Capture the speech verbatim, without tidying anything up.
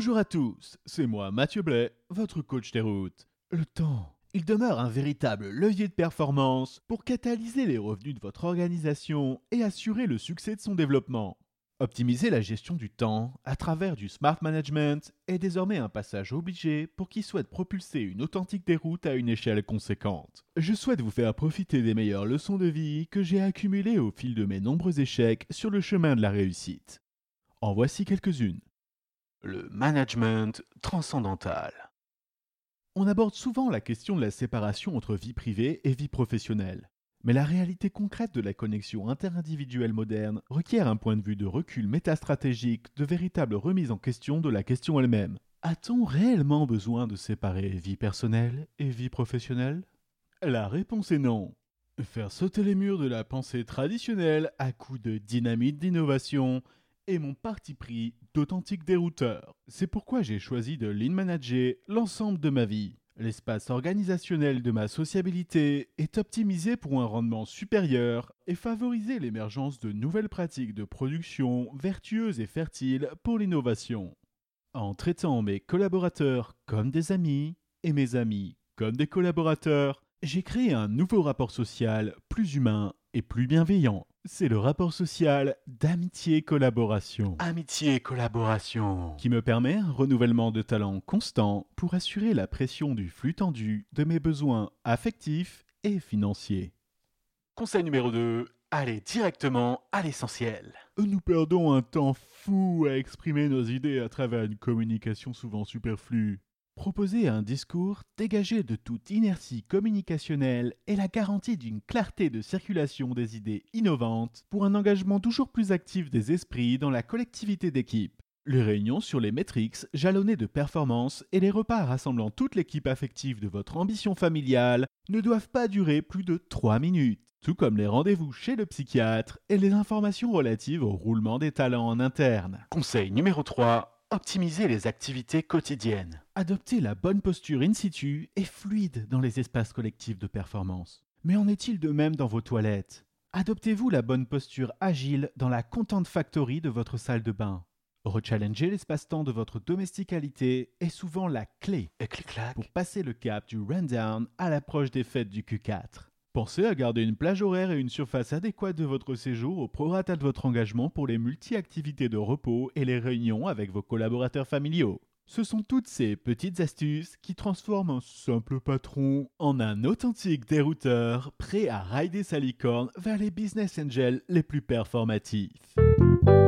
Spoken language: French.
Bonjour à tous, c'est moi Mathieu Blais, votre coach des routes. Le temps, il demeure un véritable levier de performance pour catalyser les revenus de votre organisation et assurer le succès de son développement. Optimiser la gestion du temps à travers du smart management est désormais un passage obligé pour qui souhaite propulser une authentique déroute à une échelle conséquente. Je souhaite vous faire profiter des meilleures leçons de vie que j'ai accumulées au fil de mes nombreux échecs sur le chemin de la réussite. En voici quelques-unes. Le management transcendantal. On aborde souvent la question de la séparation entre vie privée et vie professionnelle. Mais la réalité concrète de la connexion interindividuelle moderne requiert un point de vue de recul métastratégique, de véritable remise en question de la question elle-même. A-t-on réellement besoin de séparer vie personnelle et vie professionnelle ? La réponse est non. Faire sauter les murs de la pensée traditionnelle à coups de dynamite d'innovation est mon parti pris d'authentique dérouteur. C'est pourquoi j'ai choisi de lean manager l'ensemble de ma vie. L'espace organisationnel de ma sociabilité est optimisé pour un rendement supérieur et favoriser l'émergence de nouvelles pratiques de production vertueuses et fertiles pour l'innovation. En traitant mes collaborateurs comme des amis et mes amis comme des collaborateurs, j'ai créé un nouveau rapport social plus humain et plus bienveillant. C'est le rapport social d'amitié-collaboration. Amitié-collaboration. Qui me permet un renouvellement de talent constant pour assurer la pression du flux tendu de mes besoins affectifs et financiers. Conseil numéro deux. Allez directement à l'essentiel. Nous perdons un temps fou à exprimer nos idées à travers une communication souvent superflue. Proposer un discours dégagé de toute inertie communicationnelle est la garantie d'une clarté de circulation des idées innovantes pour un engagement toujours plus actif des esprits dans la collectivité d'équipe. Les réunions sur les métriques jalonnées de performance et les repas rassemblant toute l'équipe affective de votre ambition familiale ne doivent pas durer plus de trois minutes, tout comme les rendez-vous chez le psychiatre et les informations relatives au roulement des talents en interne. Conseil numéro trois. Optimiser les activités quotidiennes. Adopter la bonne posture in situ est fluide dans les espaces collectifs de performance. Mais en est-il de même dans vos toilettes ? Adoptez-vous la bonne posture agile dans la Content Factory de votre salle de bain. Rechallenger l'espace-temps de votre domesticalité est souvent la clé pour passer le cap du rundown à l'approche des fêtes du Q quatre. Pensez à garder une plage horaire et une surface adéquate de votre séjour au prorata de votre engagement pour les multi-activités de repos et les réunions avec vos collaborateurs familiaux. Ce sont toutes ces petites astuces qui transforment un simple patron en un authentique dérouteur prêt à rider sa licorne vers les business angels les plus performatifs.